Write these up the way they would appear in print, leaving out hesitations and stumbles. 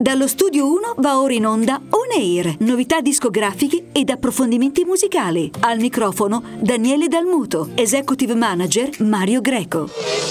Dallo Studio 1 va ora in onda On Air, novità discografiche ed approfondimenti musicali. Al microfono Daniele Dalmuto, Executive Manager Mario Greco.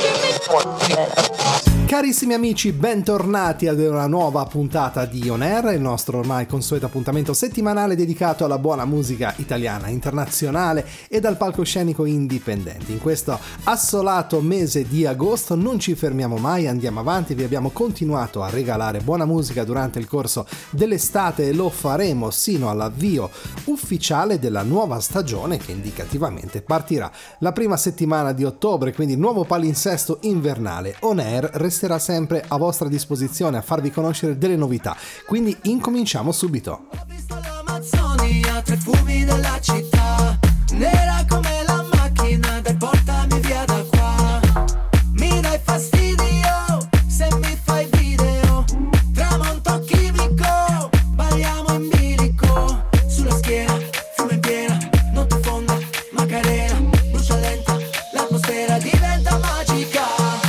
Carissimi amici, bentornati ad una nuova puntata di On Air, il nostro ormai consueto appuntamento settimanale dedicato alla buona musica italiana, internazionale e dal palcoscenico indipendente. In questo assolato mese di agosto non ci fermiamo mai, andiamo avanti, vi abbiamo continuato a regalare buona musica durante il corso dell'estate e lo faremo sino all'avvio ufficiale della nuova stagione che indicativamente partirà la prima settimana di ottobre, quindi nuovo palinsesto invernale. On Air resterà sempre a vostra disposizione a farvi conoscere delle novità, quindi incominciamo subito. Ho visto l'Amazzonia, tre fumi della città, nera come la macchina del portami via da qua. Mi dai fastidio se mi fai video, tramonto chimico, balliamo in bilico, sulla schiena, fiume in piena, notte fonda, Macarena, brucia lenta, l'atmosfera diventa magica.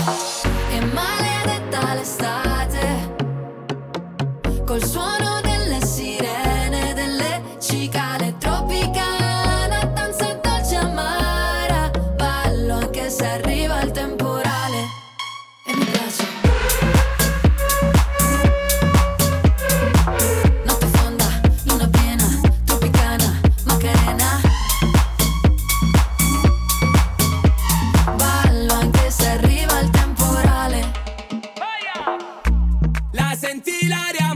Col suono delle sirene, delle cicale tropicana, danza dolce amara, ballo anche se arriva il temporale e mi piace. Notte fonda, luna piena, tropicana, Macarena, ballo anche se arriva il temporale. La senti l'aria,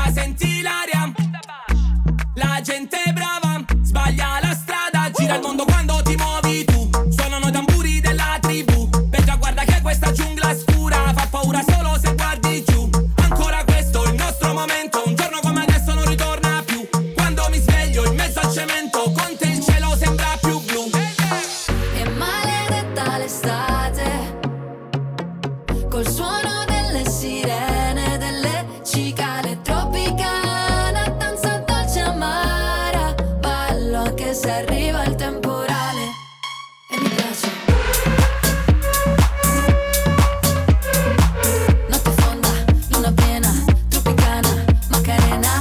la gente è brava, sbaglia la strada, gira il mondo quando ti muovi tu, suonano i tamburi della tribù, Petra guarda che questa giungla scura, fa paura solo se guardi giù, ancora questo è il nostro momento, un giorno come adesso non ritorna più, quando mi sveglio in mezzo al cemento, con te il cielo sembra più blu. E maledetta l'estate, col suono delle sirene, delle cicale tropicana, danza dolce amara, ballo anche se arriva il temporale e mi piace. Notte fonda, luna piena, tropicana, Macarena,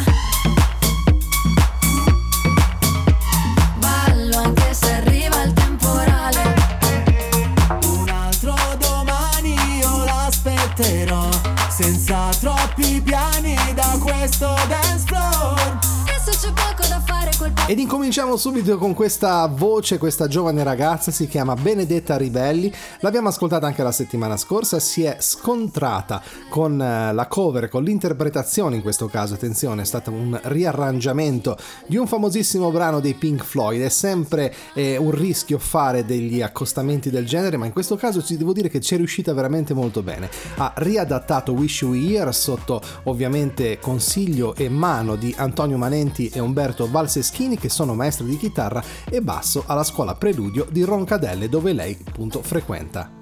ballo anche se arriva il temporale. Un altro domani io l'aspetterò, senza troppi piani da questo dance floor. E se c'è poco da fare quel po'. Ed incominciamo subito con questa voce, questa giovane ragazza, si chiama Benedetta Ribelli, l'abbiamo ascoltata anche la settimana scorsa, si è scontrata con la cover, con l'interpretazione in questo caso, attenzione, è stato un riarrangiamento di un famosissimo brano dei Pink Floyd, è sempre un rischio fare degli accostamenti del genere, ma in questo caso ci devo dire che ci è riuscita veramente molto bene, ha riadattato Wish You Were Here sotto ovviamente consiglio e mano di Antonio Manenti e Umberto Valseschini, che sono maestri di chitarra e basso alla scuola Preludio di Roncadelle, dove lei appunto frequenta.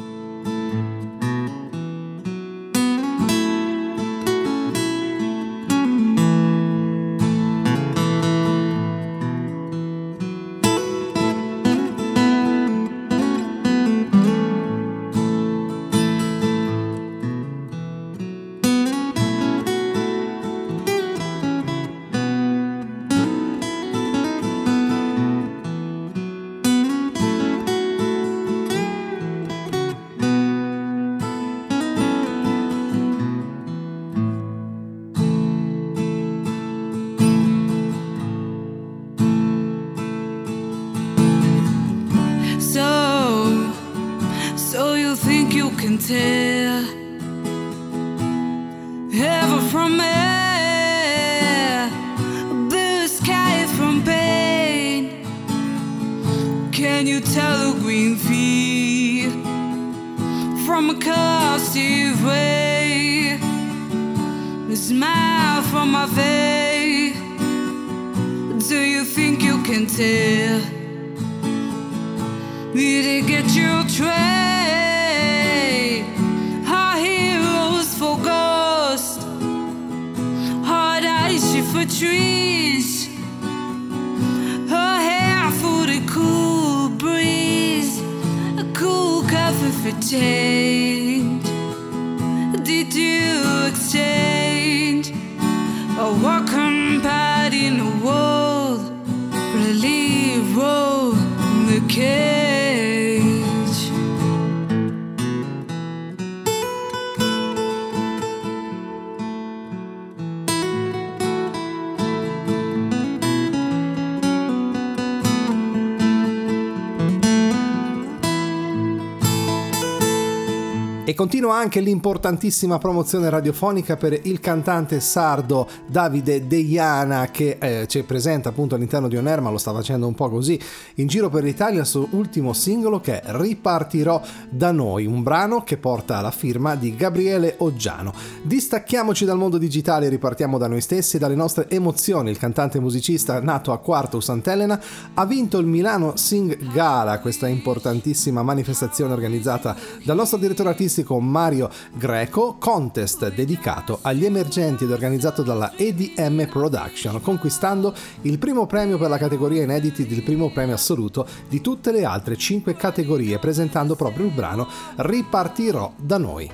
So you think you can tell heaven from air, blue sky from pain? Can you tell the green field from a cursive way? The smile from my face. Do you think you can tell? Did it get your train? Our heroes for ghosts, hard eyes for trees, her hair for the cool breeze, a cool coffee for change. Did you exchange a walking pad in a world, really roll in the cage. E continua anche l'importantissima promozione radiofonica per il cantante sardo Davide Deiana, che ci presenta appunto all'interno di On Air, ma lo sta facendo un po' così in giro per l'Italia, il suo ultimo singolo che è Ripartirò da noi, un brano che porta la firma di Gabriele Oggiano. Distacchiamoci dal mondo digitale e ripartiamo da noi stessi e dalle nostre emozioni. Il cantante musicista nato a Quarto Sant'Elena ha vinto il Milano Sing Gala, questa importantissima manifestazione organizzata dal nostro direttore artistico Mario Greco, contest dedicato agli emergenti ed organizzato dalla EDM Production, conquistando il primo premio per la categoria inediti ed il primo premio assoluto di tutte le altre 5 categorie, presentando proprio il brano Ripartirò da noi.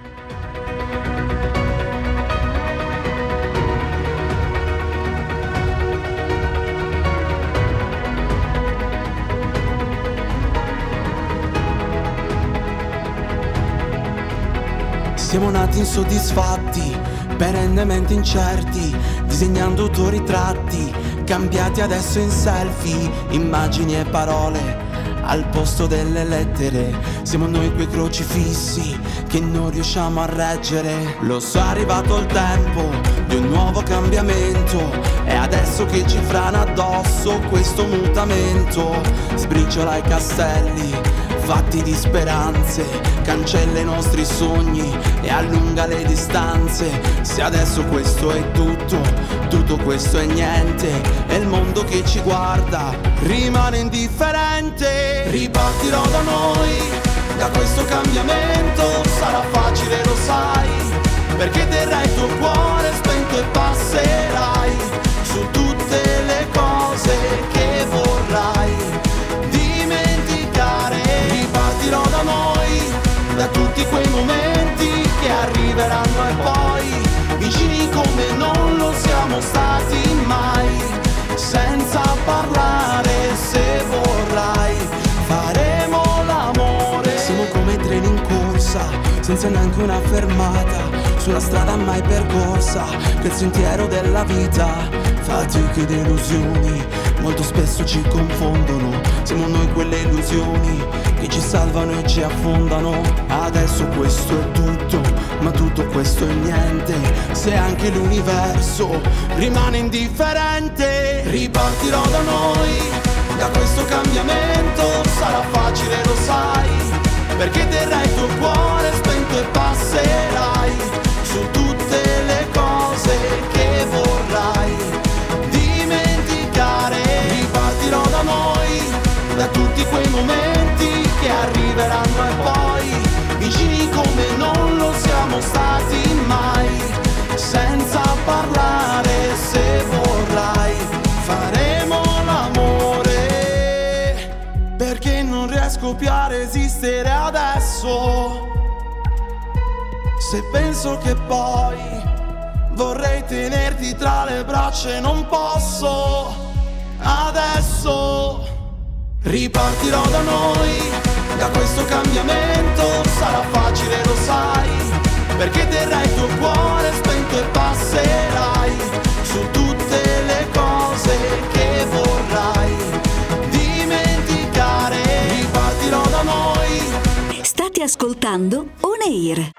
Siamo nati insoddisfatti, perennemente incerti, disegnando autoritratti, cambiati adesso in selfie, immagini e parole al posto delle lettere. Siamo noi quei crocifissi che non riusciamo a reggere. Lo so, è arrivato il tempo di un nuovo cambiamento, è adesso che ci frana addosso questo mutamento. Sbriciola i castelli fatti di speranze, cancella i nostri sogni e allunga le distanze. Se adesso questo è tutto, tutto questo è niente, e il mondo che ci guarda rimane indifferente. Ripartirò da noi, da questo cambiamento, sarà facile lo sai, perché terrai il tuo cuore spento e passerai su tutte le cose che vorrai dimenticare. Ripartirò da noi, da tutti quei momenti che arriveranno e poi vicini come non lo siamo stati mai, senza parlare. Se vorrai faremo l'amore. Siamo come treni in corsa, senza neanche una fermata, su una strada mai percorsa, che il sentiero della vita. Fatiche ed illusioni molto spesso ci confondono, siamo noi quelle illusioni che ci salvano e ci affondano. Adesso questo è tutto, ma tutto questo è niente, se anche l'universo rimane indifferente. Ripartirò da noi, da questo cambiamento, sarà facile lo sai, perché terrai il tuo cuore spento e passerai su tutte le cose che vorrai dimenticare. Ripartirò da noi, da tutti quei momenti che arriveranno e poi vicini come non lo siamo stati mai, senza parlare. Se vorrai faremo l'amore, perché non riesco più a resistere adesso. Se penso che poi vorrei tenerti tra le braccia e non posso adesso. Ripartirò da noi, da questo cambiamento, sarà facile lo sai, perché terrai il tuo cuore spento e passerai su tutte le cose che vorrai dimenticare. Ripartirò da noi. State ascoltando On Air.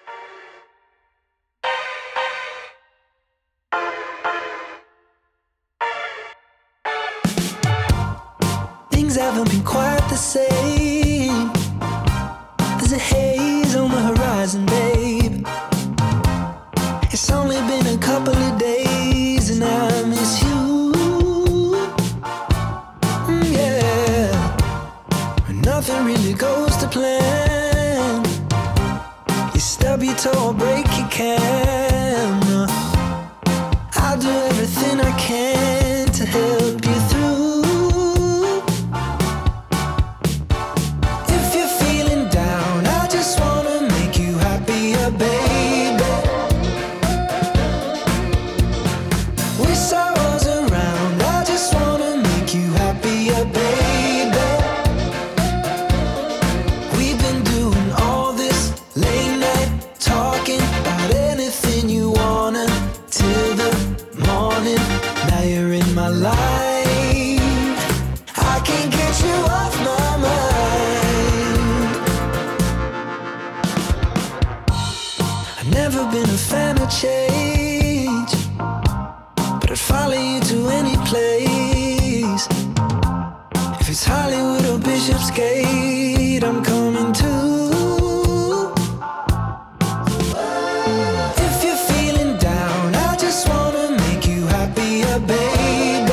Things haven't been quite the same. There's a haze on the horizon, babe. It's only been a couple of days and I miss you. Yeah, nothing really goes to plan. You stub your toe or break your can. I'll do everything I can to help you through. I'd follow you to any place. If it's Hollywood or Bishopsgate, I'm coming too. If you're feeling down, I just wanna make you happier, baby.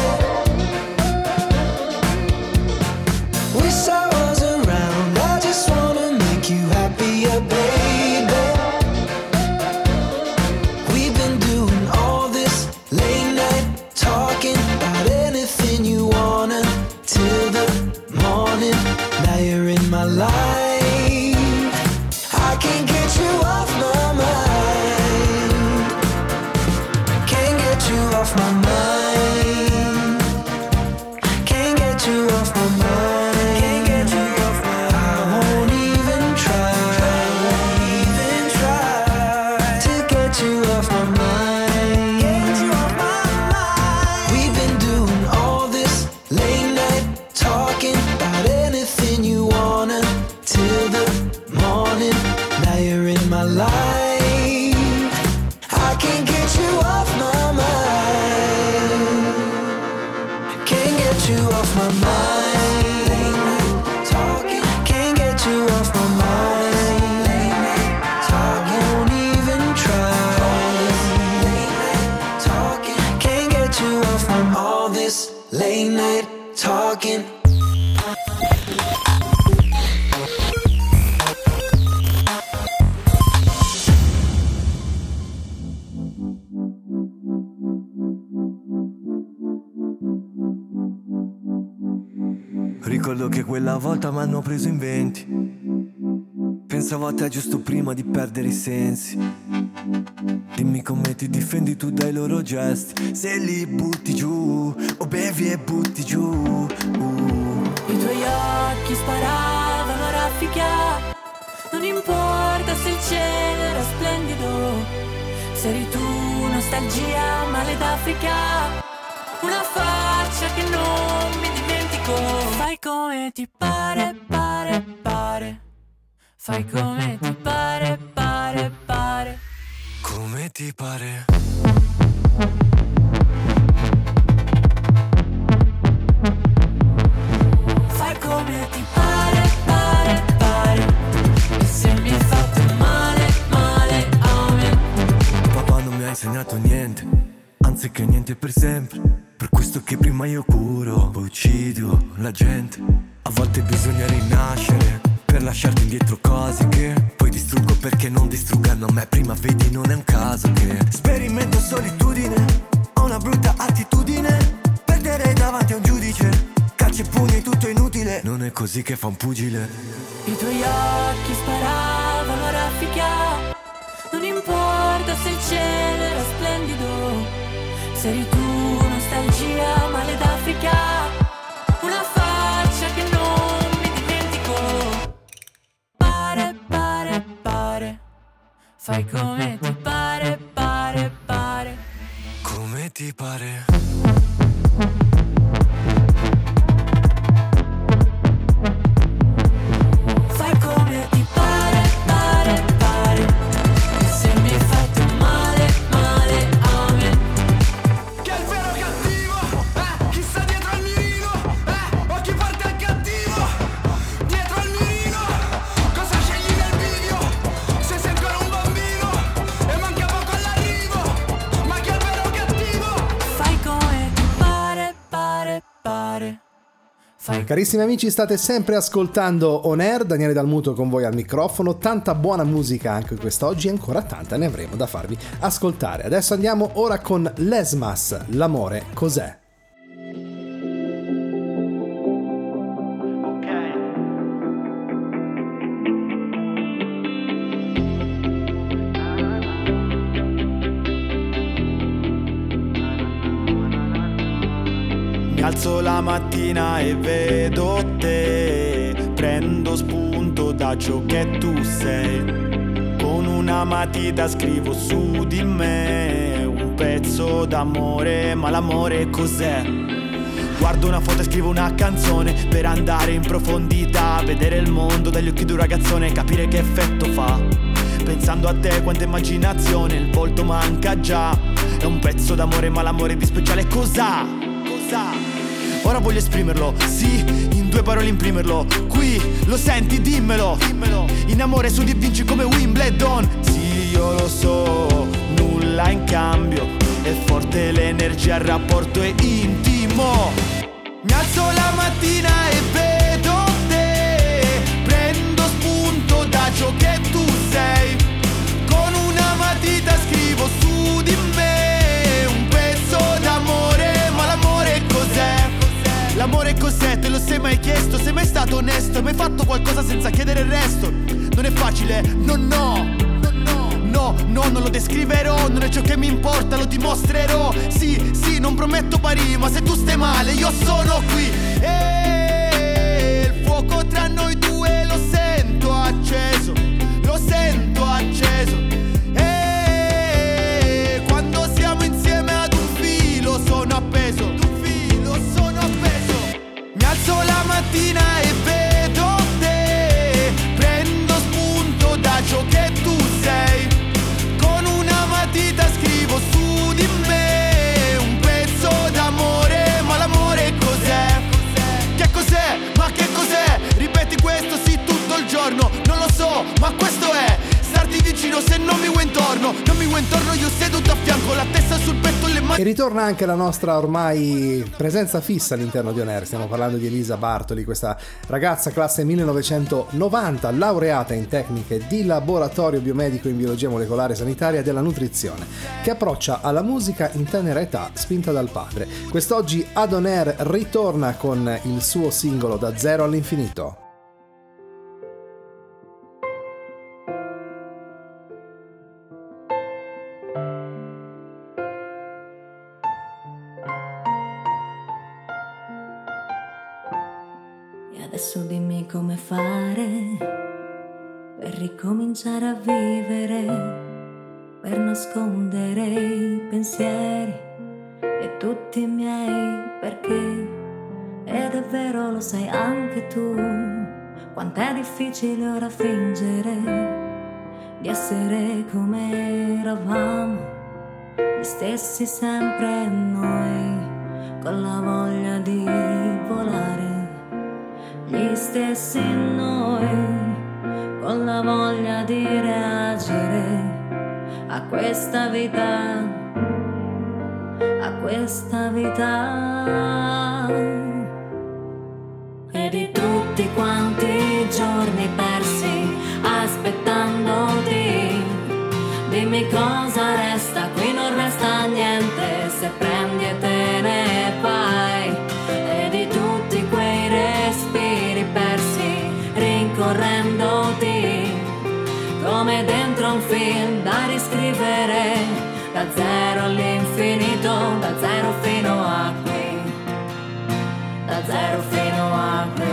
Wish I was around, I just wanna make you happier, baby. We've been doing all this late night talking about anything you wanna till the morning. Now you're in my life, I can't get you off my mind. Can't get you off my mind. Can't get you off my mind. Can't get you off my mind. I won't even try to get you off my mind. Get you off my mind. We've been doing all this late night talking about anything you wanna till the morning. Now you're in my life, I can't get you off my mind. Can't get you off my mind. Late night talking, can't get you off my mind. Late night talking, won't even try. Late night talking, can't get you off my mind. All this late night talking. Ricordo che quella volta m'hanno preso in 20. Pensavo a te giusto prima di perdere i sensi. Dimmi come ti difendi tu dai loro gesti. Se li butti giù o bevi e butti giù. I tuoi occhi sparavano a raffica. Non importa se il cielo era splendido. Se eri tu, nostalgia, male d'Africa. Una faccia che non mi dimentico. Fai come ti pare, pare, pare. Fai come ti pare, pare, pare. Come ti pare? Fai come ti pare, pare, pare. E se mi hai fatto male, male a me. Papà non mi ha insegnato niente, anzi che niente per sempre. Per questo che prima io curo, poi uccido la gente. A volte bisogna rinascere per lasciarti indietro cose che poi distruggo perché non distruggano me. Prima vedi non è un caso che sperimento solitudine. Ho una brutta attitudine, perdere davanti a un giudice. Calci e pugni tutto inutile, non è così che fa un pugile. I tuoi occhi sparavano a raffica. Non importa se il cielo era splendido. Se eri tu, nostalgia, male d'Africa. Una faccia che non mi dimentico. Pare, pare, pare. Fai come ti pare, pare, pare. Come ti pare? Fai come ti pare, pare, pare. E se mi hai fatto male, male a me. Chi è il vero cattivo? Chi sta dietro al mirino? O chi parte al cattivo? Dietro al mirino? Cosa scegli nel video? Se sei ancora un bambino e manca poco all'arrivo. Ma chi è il vero cattivo? Fai come ti pare, pare, pare. Fai Carissimi amici, state sempre ascoltando On Air, Daniele Dalmuto con voi al microfono. Tanta buona musica anche quest'oggi e ancora tanta ne avremo da farvi ascoltare. Adesso andiamo ora con Lesmas, L'amore cos'è? Mi alzo la mattina e vedo te, prendo spunto da ciò che tu sei. Con una matita scrivo su di me un pezzo d'amore, ma l'amore cos'è? Guardo una foto e scrivo una canzone per andare in profondità, vedere il mondo dagli occhi di un ragazzone, capire che effetto fa. Pensando a te quanta immaginazione, il volto manca già. È un pezzo d'amore, ma l'amore di speciale cos'ha? Ora voglio esprimerlo, sì, in 2 parole imprimerlo. Qui, lo senti, dimmelo. In amore su di vinci come Wimbledon. Sì, io lo so, nulla in cambio. È forte l'energia, il rapporto è intimo. Mi alzo la mattina e vedo te. Prendo spunto da ciò che tu sei. Con una matita scrivo su di me un pezzo d'amore, ma l'amore cos'è? L'amore cos'è? Te lo sei mai chiesto? Sei mai stato onesto? Hai mai fatto qualcosa senza chiedere il resto? Non è facile, no, non lo descriverò. Non è ciò che mi importa, lo dimostrerò. Sì, non prometto pari, ma se tu stai male io sono qui. E il fuoco tra noi due lo sento acceso. E quando siamo insieme ad un filo sono appeso. Mi alzo la mattina e vedo te. Prendo spunto da ciò che tu sei. Con una matita scrivo su di me un pezzo d'amore, ma l'amore cos'è? Che cos'è? Ma che cos'è? Ripeti questo sì tutto il giorno. Non lo so, ma questo è starti vicino se non mi vuoi intorno. Non mi vuoi intorno, io seduto a fianco, la testa sul petto e le mani. E ritorna anche la nostra ormai presenza fissa all'interno di On Air. Stiamo parlando di Elisa Bartoli, questa ragazza classe 1990, laureata in tecniche di laboratorio biomedico in biologia molecolare sanitaria e della nutrizione, che approccia alla musica in tenera età, spinta dal padre. Quest'oggi ad On Air ritorna con il suo singolo Da zero all'infinito. Adesso dimmi come fare per ricominciare a vivere, per nascondere i pensieri e tutti i miei perché. Ed è vero, lo sai anche tu, quant'è difficile ora fingere di essere come eravamo, gli stessi sempre noi, con la voglia di volare. Gli stessi noi, con la voglia di reagire a questa vita, a questa vita. E di tutti quanti i giorni persi aspettandoti, dimmi cosa resta, qui non resta niente se prendi e te ne vai. E di tutti quei respiri persi rincorrendoti, come dentro un film da riscrivere, da zero all'infinito, da zero fino a qui, da zero fino a qui.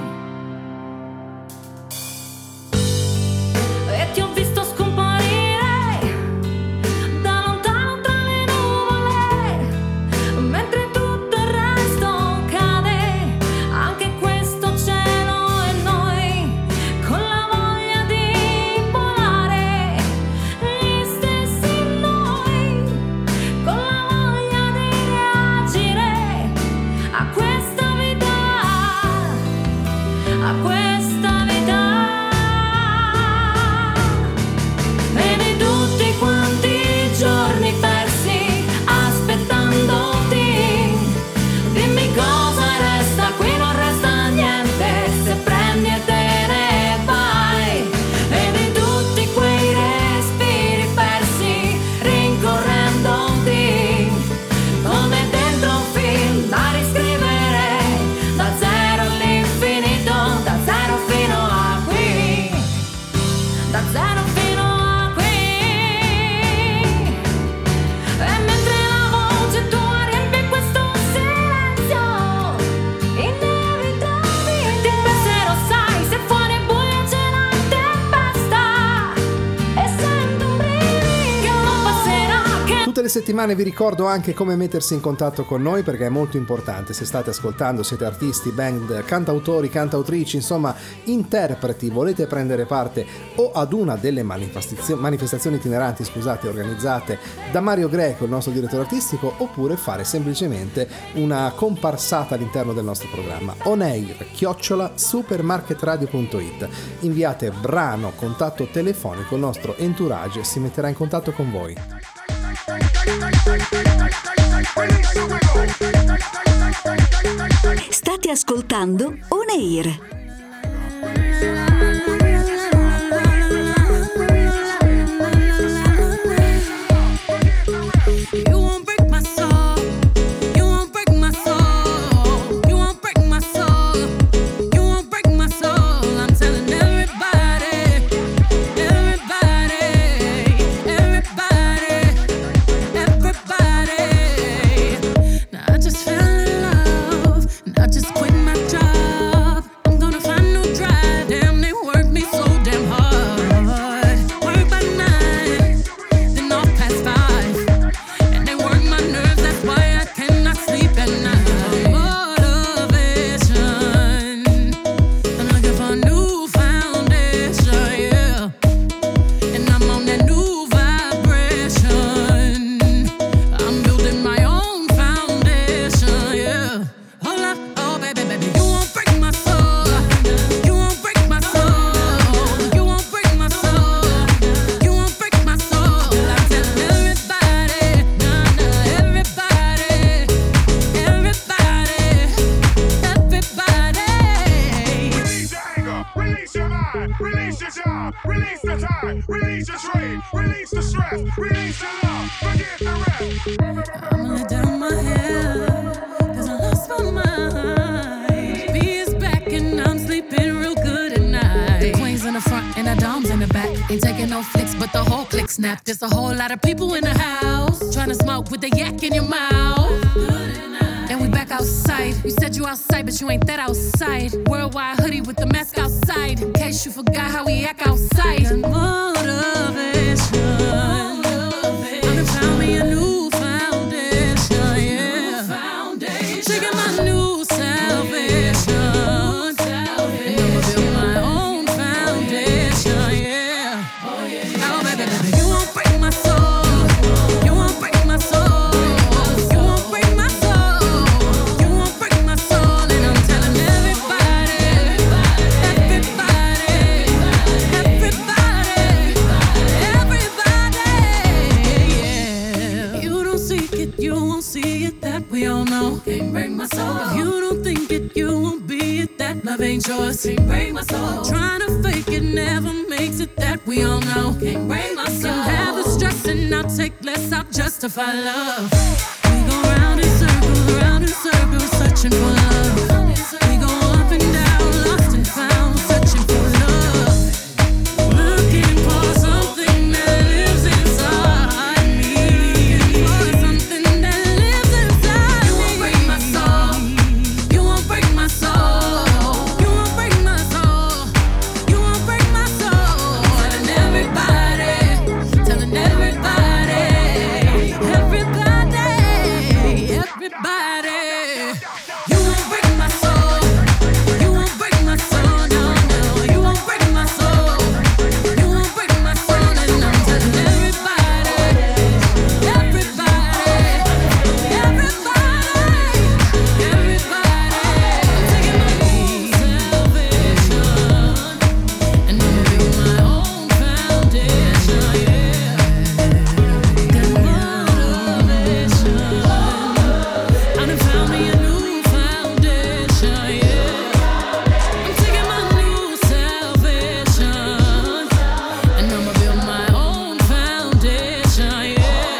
E ti ho visto scomparire da lontano tra le nuvole, mentre tutto il resto cade, anche questo cielo e noi, con la voglia di volare. Gli stessi noi, con la voglia di reagire a questa vita. le settimane vi ricordo anche come mettersi in contatto con noi, perché è molto importante. Se state ascoltando, siete artisti, band, cantautori, cantautrici, insomma interpreti, volete prendere parte o ad una delle manifestazioni itineranti, organizzate da Mario Greco, il nostro direttore artistico, oppure fare semplicemente una comparsata all'interno del nostro programma. oneir@supermarketradio.it. Inviate brano, contatto telefonico, il nostro entourage si metterà in contatto con voi. State ascoltando On Air. There's a whole lot of people in the house trying to smoke with the yak in your mouth. And we back outside. You said you outside, but you ain't that outside. Worldwide hoodie with the mask outside, in case you forgot how we act outside. Motivation. I'm gonna found me a new foundation, yeah. Shaking my new salvation. And I'ma build my own foundation, yeah. Oh baby, baby. Can't break my soul. If you don't think it, you won't be it. That love ain't yours. Can't break my soul. Trying to fake it never makes it. That we all know. Can't break my soul. Can have the stress and I'll take less. I'll justify love. We go round in circles, searching for love. We go up and down, lost and found, searching for love. Looking for something that lives inside me. For something that lives inside. You won't break my soul. You won't break my soul. You won't break my soul. You won't break my soul. Telling everybody, telling everybody, everybody, everybody. You won't break my soul. You won't break my soul. No, no. You won't break my soul. You won't break my soul. And I'm telling everybody, everybody, everybody, everybody. Taking my own salvation, and I'm building my own foundation, yeah. That motivation. I done found me a new foundation, yeah. I'm taking my new salvation, and I'ma build my own foundation, yeah.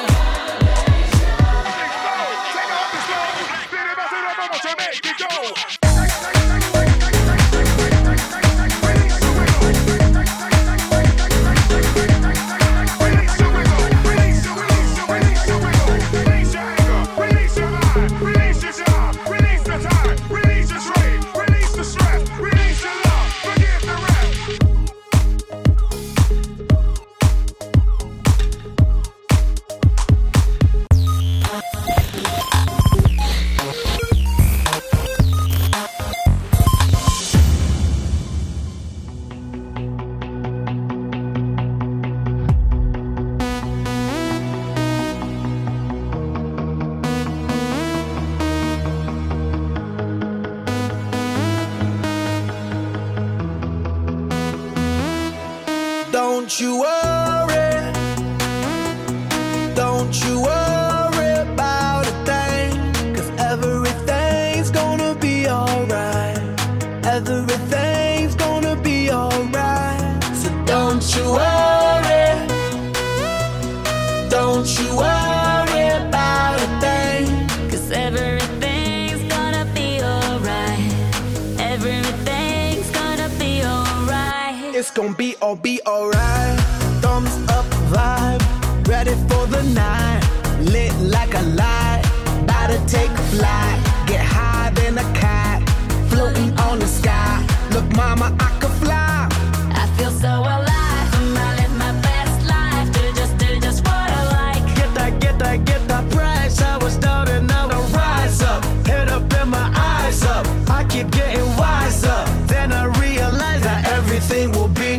gon' be alright. Thumbs up vibe, ready for the night. Lit like a light, about to take a flight. Get higher than a cat, floating on the sky. Look mama, I could fly. I feel so alive. I live my best life. Do just what I like. Get that price. I was down and now I rise up. Head up and my eyes up. I keep getting wiser. Then I realize that everything will be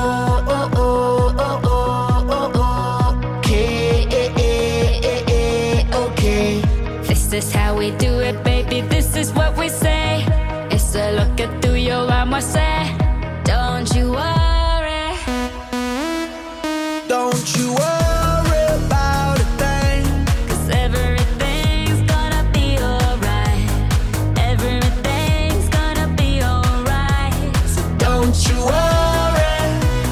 okay. This is how we do it, baby. This is what we say. It's a look at through your arm, I say. Don't you worry. Don't you worry about a thing. 'Cause everything's gonna be alright. Everything's gonna be alright. So don't you worry.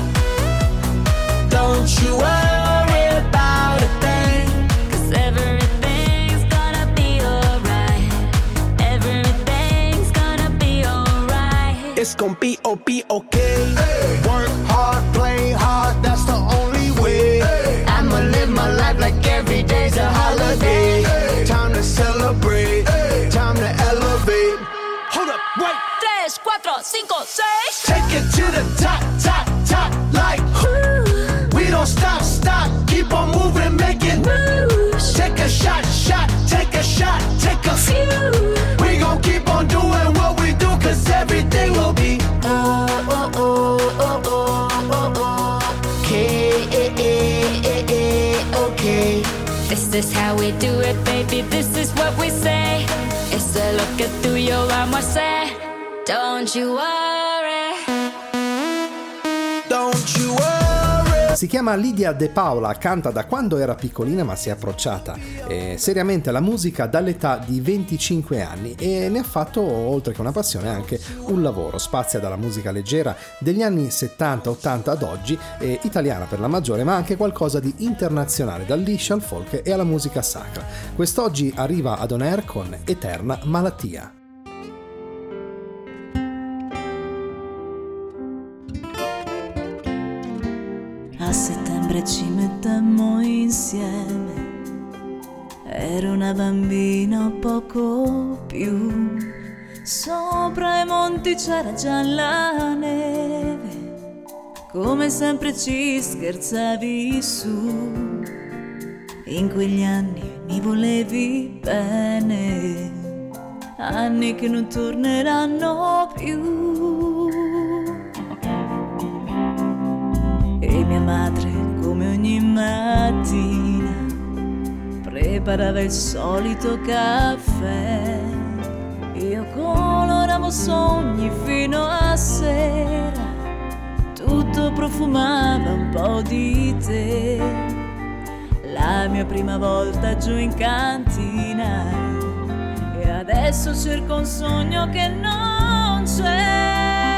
Don't you worry about a thing. 'Cause everything's gonna be alright. Everything's gonna be alright. It's gon' be okay. Hey. Work hard, play hard, that's the only way. Hey. I'ma live my life like every day's a holiday. Hey. Time to celebrate, hey. Time to elevate. Hold up, wait. 3, 4, 5, 6. Take it to the top, like we don't stop, keep on moving, make it moves. Take a shot, take a shot, take a few. We gon' keep on doing what we do, 'cause everything will be okay. This is how we do it, baby. This is what we say. It's a look at through your arm, I say. Don't you worry. Don't you worry. Si chiama Lidia De Paola, canta da quando era piccolina ma si è approcciata seriamente alla musica dall'età di 25 anni e ne ha fatto, oltre che una passione, anche un lavoro. Spazia dalla musica leggera degli anni 70-80 ad oggi, italiana per la maggiore, ma anche qualcosa di internazionale, dal liscio al folk e alla musica sacra. Quest'oggi arriva ad On Air con Eterna Malattia. A settembre ci mettemmo insieme, ero una bambina poco più, sopra i monti c'era già la neve, come sempre ci scherzavi su, in quegli anni mi volevi bene, anni che non torneranno più. E mia madre, come ogni mattina, preparava il solito caffè. Io coloravo sogni fino a sera, tutto profumava un po' di te. La mia prima volta giù in cantina, e adesso cerco un sogno che non c'è.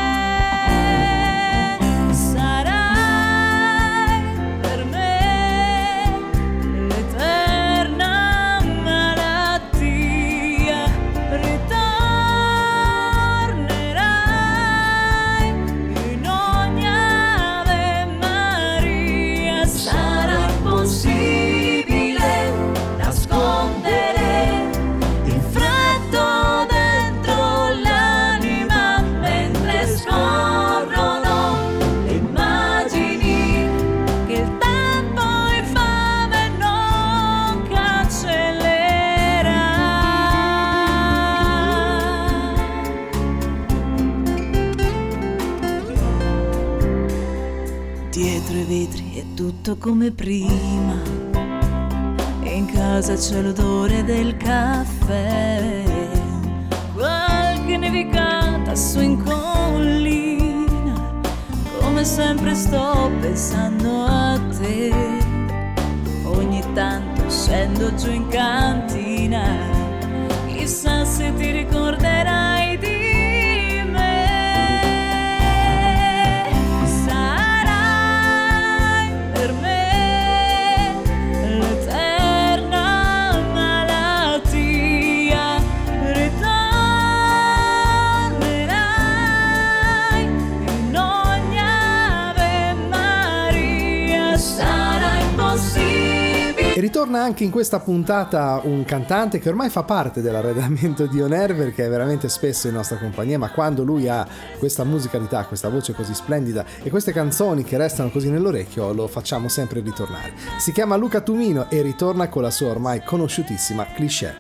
Dietro i vetri è tutto come prima, e in casa c'è l'odore del caffè. Qualche nevicata su in collina, come sempre sto pensando a te. Ogni tanto scendo giù in cantina, chissà se ti ricorderai di Ritorna anche in questa puntata un cantante che ormai fa parte dell'arredamento di On Air, perché è veramente spesso in nostra compagnia, ma quando lui ha questa musicalità, questa voce così splendida e queste canzoni che restano così nell'orecchio, lo facciamo sempre ritornare. Si chiama Luca Tumino e ritorna con la sua ormai conosciutissima Cliché.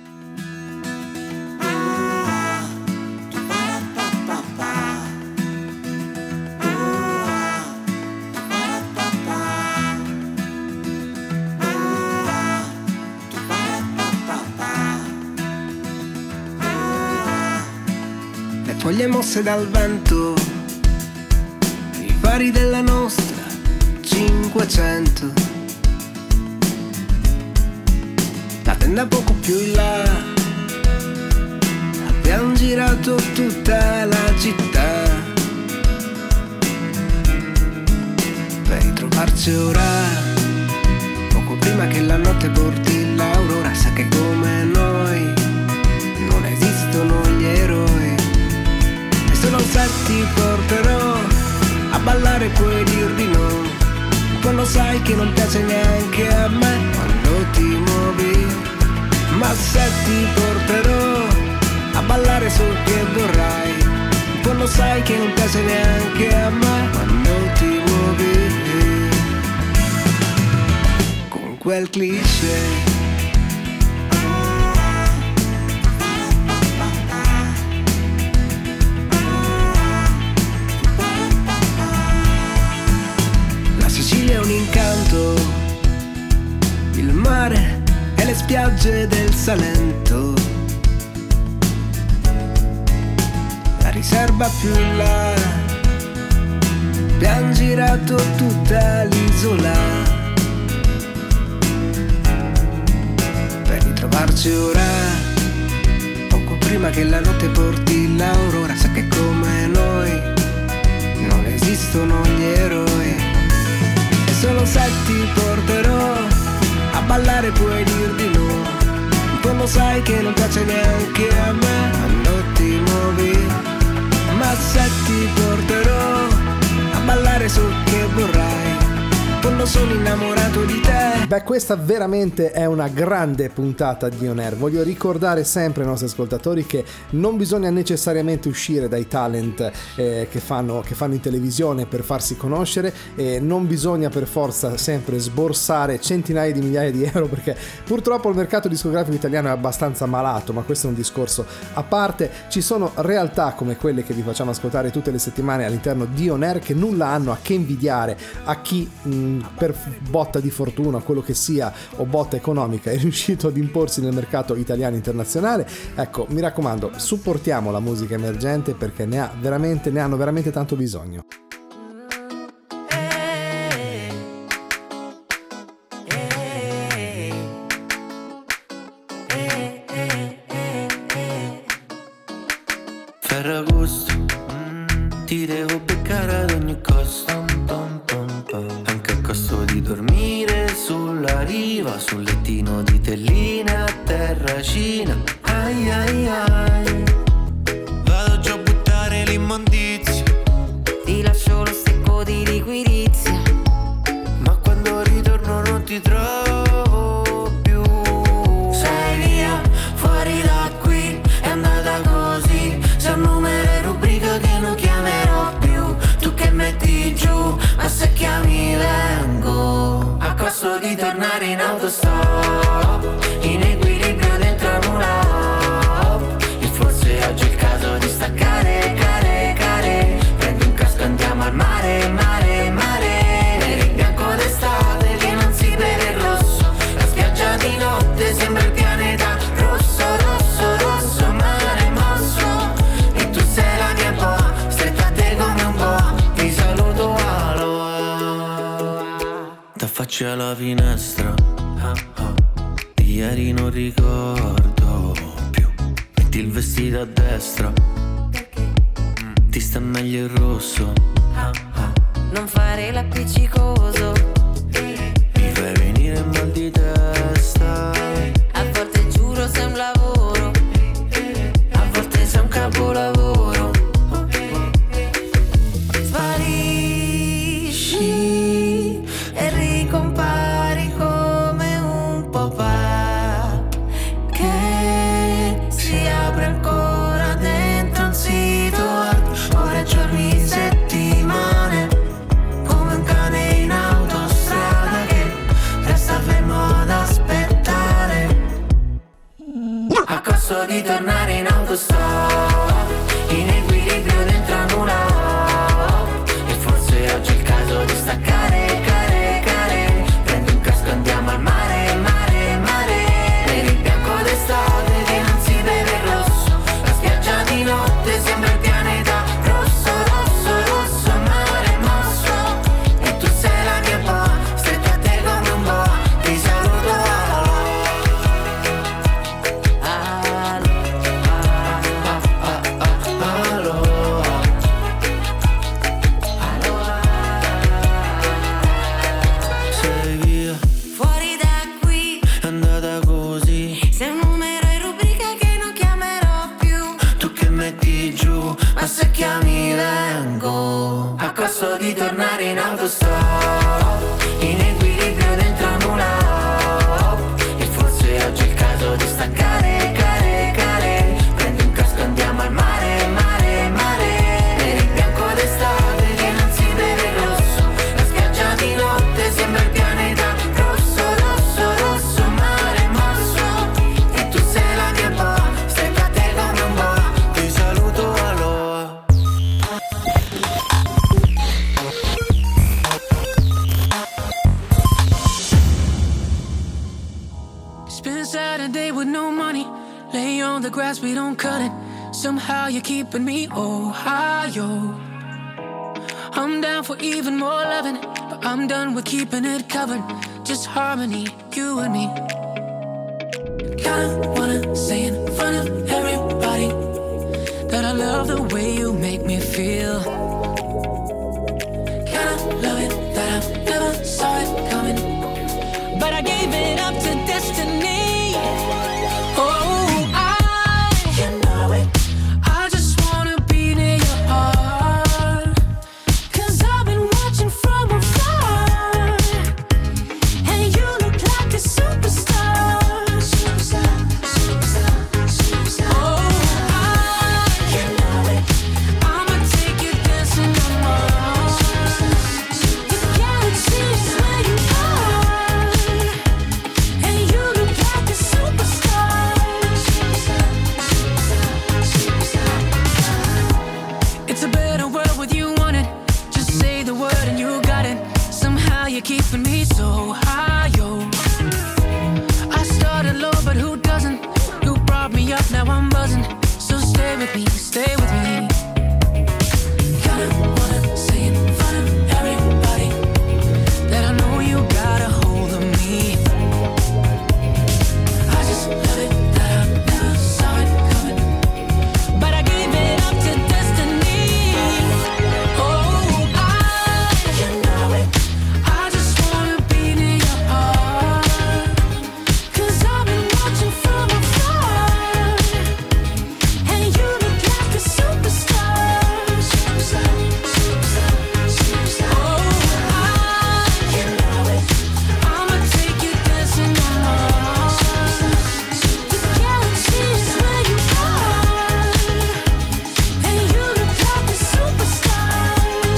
Foglie mosse dal vento, i fari della nostra 500, la tenda poco più in là, abbiamo girato tutta la città per ritrovarci ora, poco prima che la notte porti l'aurora. Sa che come noi non esistono gli eroi, solo se ti porterò a ballare puoi dir di no, quando sai che non piace neanche a me quando ti muovi. Ma se ti porterò a ballare sul che vorrai, quando sai che non piace neanche a me quando ti muovi. Con quel cliché è un incanto, il mare e le spiagge del Salento, la riserva più in là, abbiamo girato tutta l'isola per ritrovarci ora, poco prima che la notte porti l'aurora. Sa che come noi non esistono gli eroi, solo se ti porterò a ballare puoi dir di no, quando sai che non piace neanche a me quando ti muovi. Ma se ti porterò a ballare sul che vorrai, quando sono innamorato di te. Beh, questa veramente è una grande puntata di On Air. Voglio ricordare sempre ai nostri ascoltatori che non bisogna necessariamente uscire dai talent che fanno in televisione per farsi conoscere, e non bisogna per forza sempre sborsare centinaia di migliaia di euro, perché purtroppo il mercato discografico italiano è abbastanza malato, ma questo è un discorso a parte. Ci sono realtà come quelle che vi facciamo ascoltare tutte le settimane all'interno di On Air che nulla hanno a che invidiare a chi per botta di fortuna, quello che sia, o botta economica, è riuscito ad imporsi nel mercato italiano e internazionale. Ecco, mi raccomando, supportiamo la musica emergente perché ne hanno veramente tanto bisogno. Ferragosto, ti devo beccare ad ogni costo, anche a costo di dormire sulla riva, sul lettino di telline a terracina. Ai ai ai, vado già a buttare l'immondizia, ti lascio lo stecco di liquirizia, ma quando ritorno non ti trovo più. Sei via, fuori da qui, è andata così, sei un numero e rubrica che non chiamerò più. Tu che metti giù, ma se chiami vengo, a costo di tornare in autostop, in equilibrio dentro un lab. E forse oggi è il caso di staccare, care. Prendi un casco e andiamo al mare, nero e bianco d'estate che non si vede il rosso. La spiaggia di notte sembra il pianeta rosso, mare mosso. E tu sei la mia boa, stretta a te come un boa. Ti saluto, aloha. T'affacci alla finestra, di ieri non ricordo più. Metti il vestito a destra, ti sta meglio il rosso. Non fare l'appiccicoso, mi fai venire mal di testa. a volte giuro sei un lavoro, a volte sei un capolavoro. Sparisci e ricompari come costo di tornare in autostop, in equilibrio dentro a una hop. E forse oggi è il caso di staccare, care. Prendi un casco e andiamo al mare, mare. Per il bianco d'estate che non si beve il rosso, la spiaggia di notte sembra il pianeta rosso, mare mosso. E tu sei la mia boa, stretta a te come un boa. Ti saluto, sei via, fuori da qui. è andata così. Sei un numero in rubrica che non chiamerò più. Tu che metti giù, Ma se chiami vengo, a costo di tornare in autostop, in equilibrio dentro a una hop. E forse oggi è il caso di staccare, care. Prendi un casco e andiamo al mare, mare. Per il bianco d'estate che non si beve il rosso, la spiaggia di notte sembra il pianeta rosso, mare mosso. E tu sei la mia boa, stretta a te come un boa. ti saluto, aloha. Spend Saturday with no money, lay on the grass, we don't cut it. Somehow you're keeping me Ohio. I'm down for even more loving, but I'm done with keeping it covered. Just harmony, you and me. Kinda wanna say in front of everybody that I love the way you make me feel. Kinda love it that I never saw it coming, but I gave it up to destiny. Oh, you know it. I just wanna be near your heart, 'cause I've been watching from afar, and you look like a superstar. Oh, you know it. I'ma take you dancing on Mars. The galaxy is where you are, and you look like a superstar. It's a better world with you on it. Just say the word and you got it. Somehow you're keeping me so high, yo. I started low, but who doesn't? You brought me up, now I'm buzzing. So stay with me, stay with me. Kinda wanna say in front of everybody that I know you got a hold of me. I just love it that I never saw it coming, but I gave it up to destiny. Oh, you know it. I just wanna be near your heart, 'cause I've been watching from afar, and you look like a superstar. Oh, you know it. I'ma take you dancing on Mars. The galaxy is where you are, and you look like a superstar.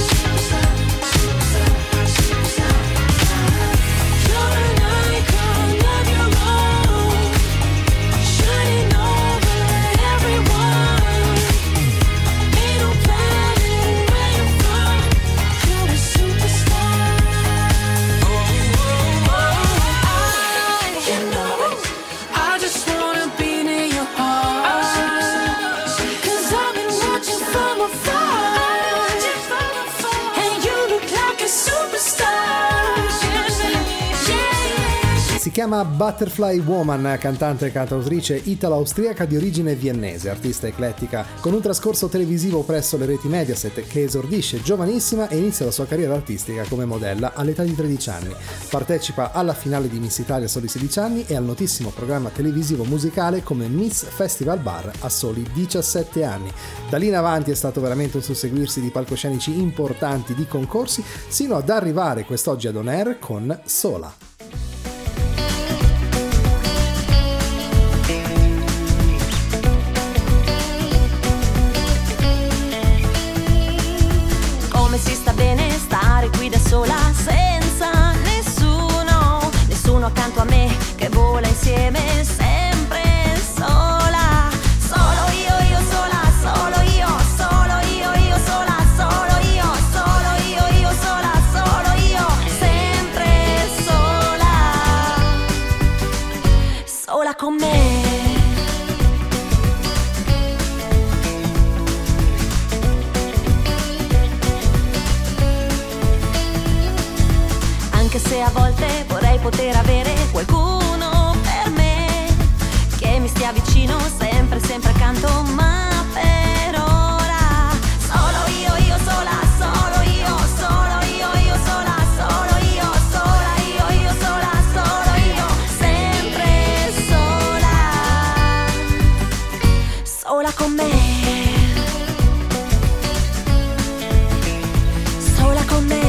You're an icon of your own, shining over everyone. Ain't no planning where you're from, you're a superstar. You know it. I just wanna be near your heart, 'cause I've been watching from afar, and you look like a superstar. Yeah. Si chiama Butterfly Woman, cantante e cantautrice italo-austriaca di origine viennese, artista eclettica con un trascorso televisivo presso le reti Mediaset, che esordisce giovanissima e inizia la sua carriera artistica come modella all'età di 13 anni. Partecipa alla finale di Miss Italia a soli 16 anni e al notissimo programma televisivo musicale come Miss Festival Bar a soli 17 anni. Da lì in avanti è stato veramente un susseguirsi di palcoscenici importanti, di concorsi, sino ad arrivare quest'oggi ad On Air con Sola. Come si sta bene stare qui da sola senza nessuno accanto a me che vola insieme sempre sola. poter avere qualcuno per me, che mi stia vicino, sempre, sempre accanto, ma per ora solo io sola, solo io sola, solo io sola, io sola, solo io, sempre sola, sola con me. Sola con me.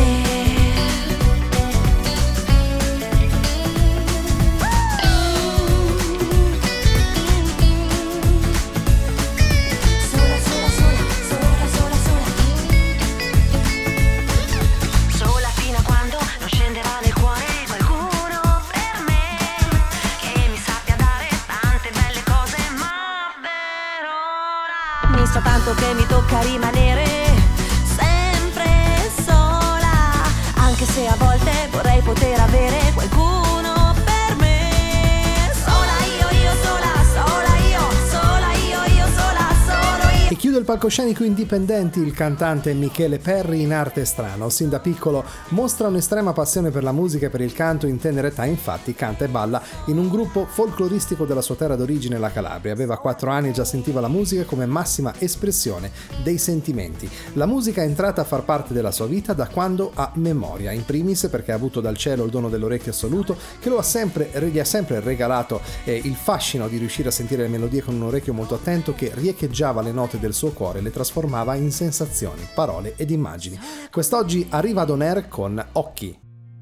Sola, sola, sola, sola, sola, sola. Sola fino a quando non scenderà nel cuore qualcuno per me, che mi sappia dare tante belle cose, ma per ora mi sa tanto che mi tocca rimanere anche se a volte vorrei poter avere qualcuno per me. Sola io sola, sola io sola, solo io. E chiude il palcoscenico Indipendenti il cantante Michele Perri in arte strano. Sin da piccolo mostra un'estrema passione per la musica e per il canto. In tenera età infatti canta e balla in un gruppo folcloristico della sua terra d'origine, la Calabria. Aveva 4 anni e già sentiva la musica come massima espressione dei sentimenti. La musica è entrata a far parte della sua vita da quando ha memoria, in primis perché ha avuto dal cielo il dono dell'orecchio assoluto che gli ha sempre regalato il fascino di riuscire a sentire le melodie con un orecchio molto attento che riecheggiava le note del suo cuore e le trasformava in sensazioni, parole ed immagini. Quest'oggi arriva ad On Air con Occhi.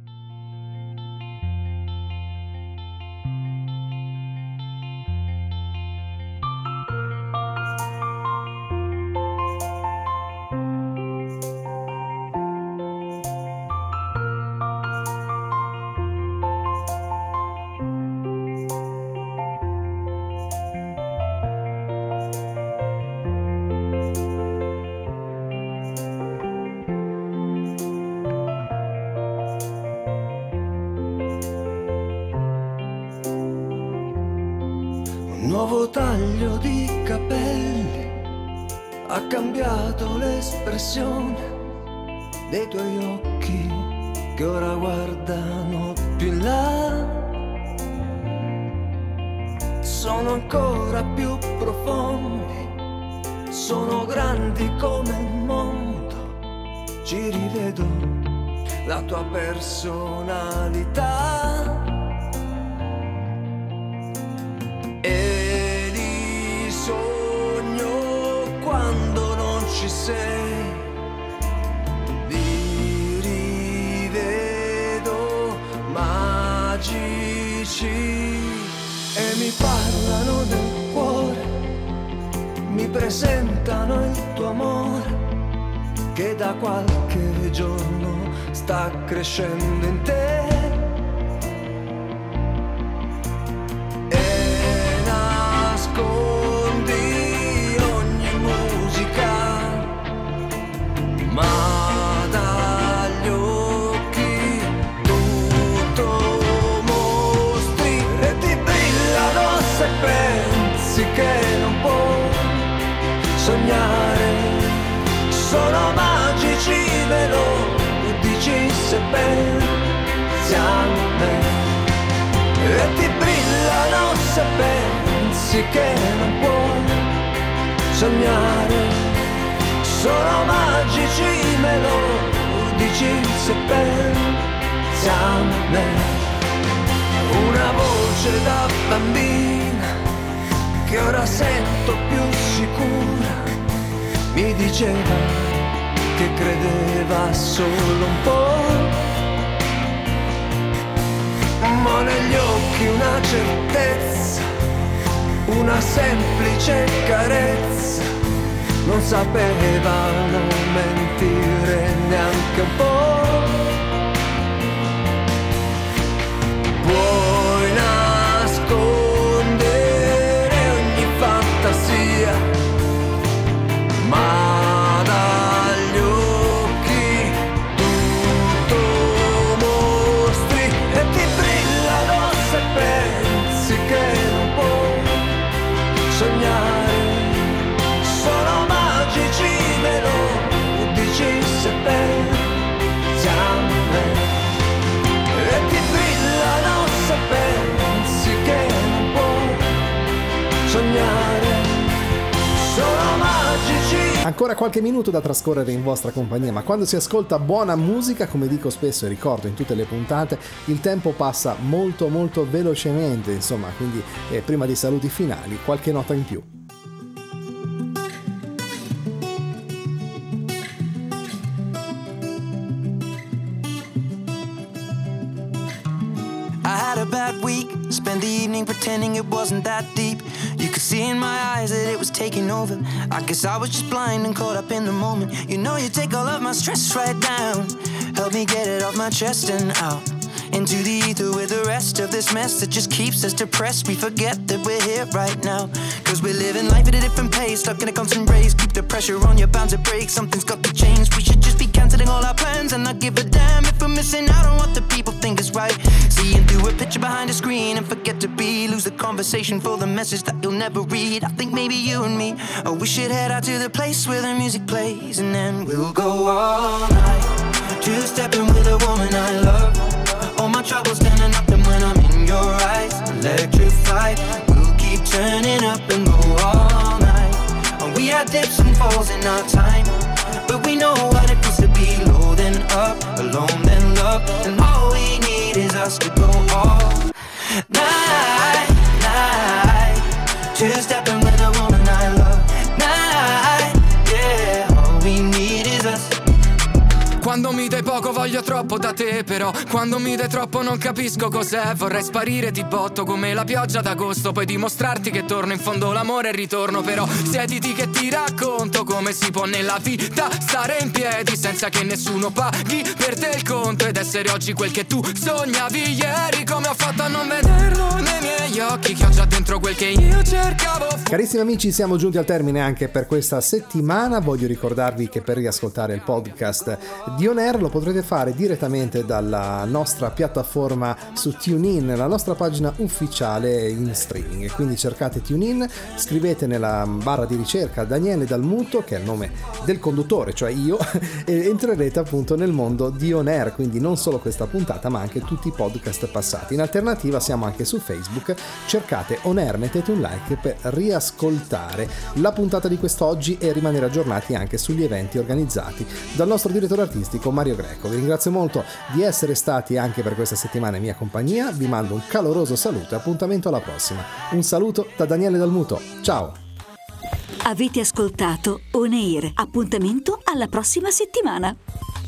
Nuovo taglio di capelli ha cambiato l'espressione dei tuoi occhi che ora guardano più in là. Sono ancora più profondi, sono grandi come il mondo. Ci rivedo la tua personalità. E li sogno quando non ci sei, li rivedo magici e mi parlano del cuore, mi presentano il tuo amore che da qualche giorno sta crescendo in te. Sono magici, me lo dici se pensi a me, e ti brillano se pensi che non puoi sognare. Sono magici, me lo dici se pensi a me. Una voce da bambina che ora sento più sicura mi diceva che credeva solo un po', ma negli occhi una certezza, una semplice carezza, non sapevano mentire neanche un po'. Puoi nascondere ogni fantasia, ma dagli occhi tutto mostri e ti brillano se pensi che non puoi sognare. Sono magici, me lo dici se pensi a me. sognare, sono magici. Ancora qualche minuto da trascorrere in vostra compagnia, ma quando si ascolta buona musica, come dico spesso e ricordo in tutte le puntate, il tempo passa molto molto velocemente, insomma, quindi prima dei saluti finali qualche nota in più. A bad week, spent the evening pretending it wasn't that deep. You could see in my eyes that it was taking over. I guess I was just blind and caught up in the moment. You know you take all of my stress right down, help me get it off my chest and out into the ether with the rest of this mess that just keeps us depressed. We forget that we're here right now, cause we're living life at a different pace, stuck in a constant race. Keep the pressure on, you're bound to break. Something's got to change. We should just be cancelling all our plans and not give a damn if we're missing out on what the people think is right. Seeing through a picture behind a screen and forget to be, lose the conversation for the message that you'll never read. I think maybe you and me, oh, we should head out to the place where the music plays, and then we'll go all night, two-stepping with a woman I love. All my troubles standing up, and when I'm in your eyes, electrified. We'll keep turning up and go all night. And we had dips and falls in our time, but we know what it feels to be low then up, alone then love. And all we need is us to go all night, night. Two-stepping with a woman I love. Night, yeah, all we need is us. Quando mi dai poco voglio troppo da te, però quando mi dai troppo non capisco cos'è. Vorrei sparire, ti botto come la pioggia d'agosto, poi dimostrarti che torno, in fondo l'amore è il ritorno. Però siediti che ti racconto come si può nella vita stare in piedi senza che nessuno paghi per te il conto, ed essere oggi quel che tu sognavi ieri. Come ho fatto a non vederlo nei miei occhi, che ho già dentro quel che io cercavo. Carissimi amici, siamo giunti al termine anche per questa settimana. Voglio ricordarvi che per riascoltare il podcast di On Air lo potrete fare direttamente dalla nostra piattaforma su TuneIn, la nostra pagina ufficiale in streaming. Quindi cercate TuneIn, scrivete nella barra di ricerca Daniele Dalmuto, che è il nome del conduttore, cioè io, e entrerete appunto nel mondo di On Air, quindi non solo questa puntata ma anche tutti i podcast passati. In alternativa siamo anche su Facebook, cercate On Air, mettete un like per riascoltare la puntata di quest'oggi e rimanere aggiornati anche sugli eventi organizzati dal nostro direttore artistico Mario Greco. Vi ringrazio molto di essere stati anche per questa settimana in mia compagnia, vi mando un caloroso saluto e appuntamento alla prossima. Un saluto da Daniele Dalmuto, ciao! Avete ascoltato On Air, appuntamento alla prossima settimana.